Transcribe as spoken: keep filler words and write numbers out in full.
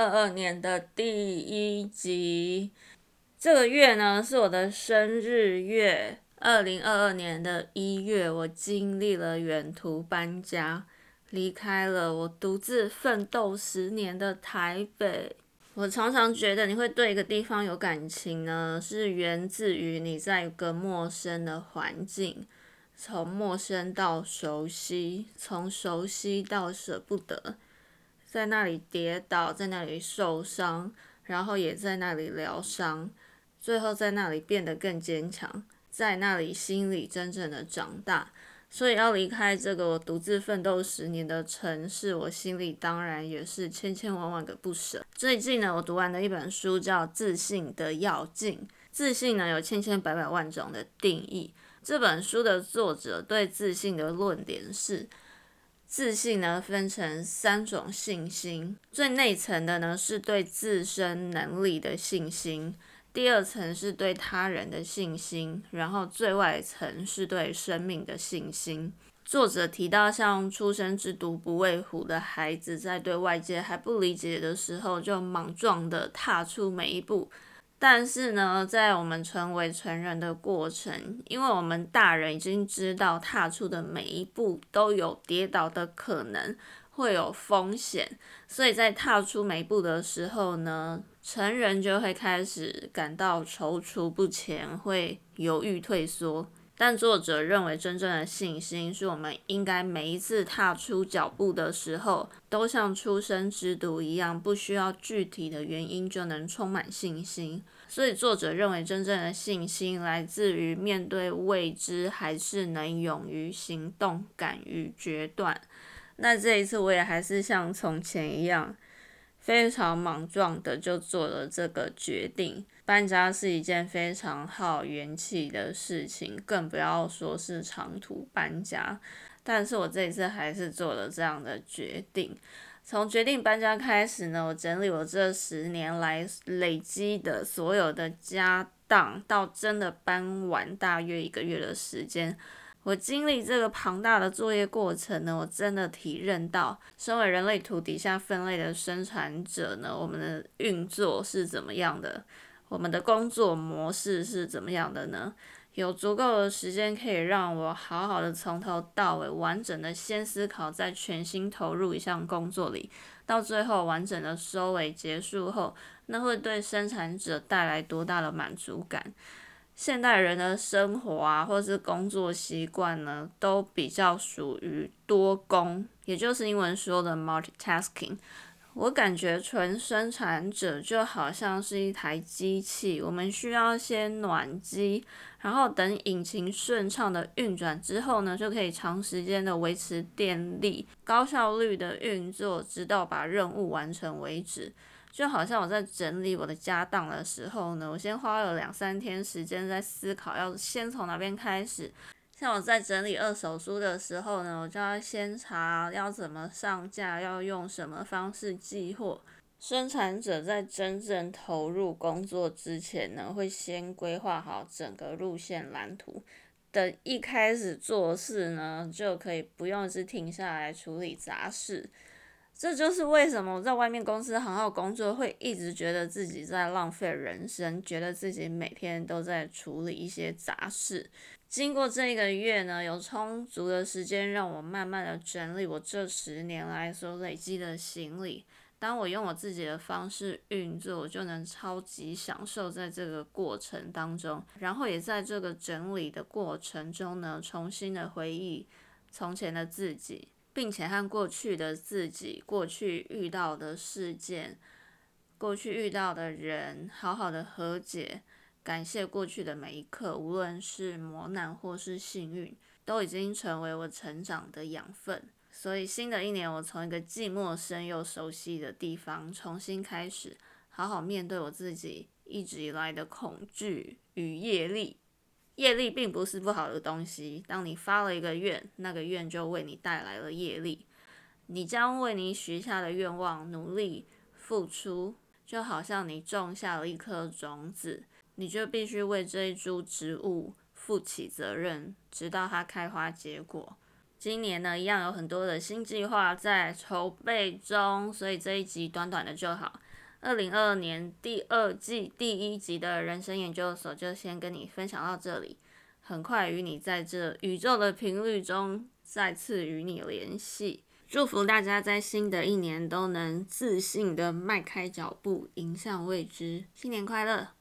二二年的第一集。这个月呢是我的生日月，二零二二年的一月，我经历了远途搬家，离开了我独自奋斗十年的台北。我常常觉得你会对一个地方有感情呢，是源自于你在一个陌生的环境，从陌生到熟悉，从熟悉到舍不得，在那里跌倒，在那里受伤，然后也在那里疗伤，最后在那里变得更坚强，在那里心里真正的长大。所以要离开这个我独自奋斗十年的城市，我心里当然也是千千万万个不舍。最近呢，我读完的一本书叫《自信的要径》。自信呢有千千百百万种的定义。这本书的作者对自信的论点是，自信呢分成三种信心，最内层的呢是对自身能力的信心，第二层是对他人的信心，然后最外层是对生命的信心。作者提到，像出生之犊不畏虎的孩子，在对外界还不理解的时候，就莽撞的踏出每一步。但是呢，在我们成为成人的过程，因为我们大人已经知道踏出的每一步都有跌倒的可能，会有风险，所以在踏出每一步的时候呢，成人就会开始感到踌躇不前，会犹豫退缩。但作者认为，真正的信心是我们应该每一次踏出脚步的时候，都像出生之犊一样，不需要具体的原因就能充满信心。所以作者认为，真正的信心来自于面对未知，还是能勇于行动，敢于决断。那这一次我也还是像从前一样，非常莽撞的就做了这个决定。搬家是一件非常耗元气的事情，更不要说是长途搬家。但是我这一次还是做了这样的决定。从决定搬家开始呢，我整理我这十年来累积的所有的家当，到真的搬完大约一个月的时间。我经历这个庞大的作业过程呢，我真的体认到，身为人类图底下分类的生产者呢，我们的运作是怎么样的，我们的工作模式是怎么样的呢？有足够的时间可以让我好好的从头到尾完整的先思考，再全心投入一项工作里，到最后完整的收尾结束后，那会对生产者带来多大的满足感？现代人的生活啊，或是工作习惯呢，都比较属于多工，也就是英文说的 multitasking。我感觉纯生产者就好像是一台机器，我们需要先暖机，然后等引擎顺畅的运转之后呢，就可以长时间的维持电力，高效率的运作，直到把任务完成为止。就好像我在整理我的家当的时候呢，我先花了两三天时间在思考要先从哪边开始。像我在整理二手书的时候呢，我就要先查要怎么上架，要用什么方式寄货。生产者在真正投入工作之前呢，会先规划好整个路线蓝图。等一开始做事呢，就可以不用是停下来处理杂事。这就是为什么我在外面公司行号工作会一直觉得自己在浪费人生，觉得自己每天都在处理一些杂事。经过这个月呢，有充足的时间让我慢慢的整理我这十年来所累积的行李。当我用我自己的方式运作，我就能超级享受在这个过程当中，然后也在这个整理的过程中呢，重新的回忆从前的自己，并且和过去的自己、过去遇到的事件、过去遇到的人好好的和解，感谢过去的每一刻，无论是磨难或是幸运，都已经成为我成长的养分。所以新的一年，我从一个既陌生又熟悉的地方重新开始，好好面对我自己一直以来的恐惧与业力。业力并不是不好的东西，当你发了一个愿，那个愿就为你带来了业力。你将为你许下的愿望努力付出，就好像你种下了一颗种子，你就必须为这一株植物负起责任，直到它开花结果。今年呢，一样有很多的新计划在筹备中，所以这一集短短的就好。 二零二二年第二季第一集的人生研究所就先跟你分享到这里，很快与你在这宇宙的频率中再次与你联系。祝福大家在新的一年都能自信的迈开脚步，迎向未知。新年快乐！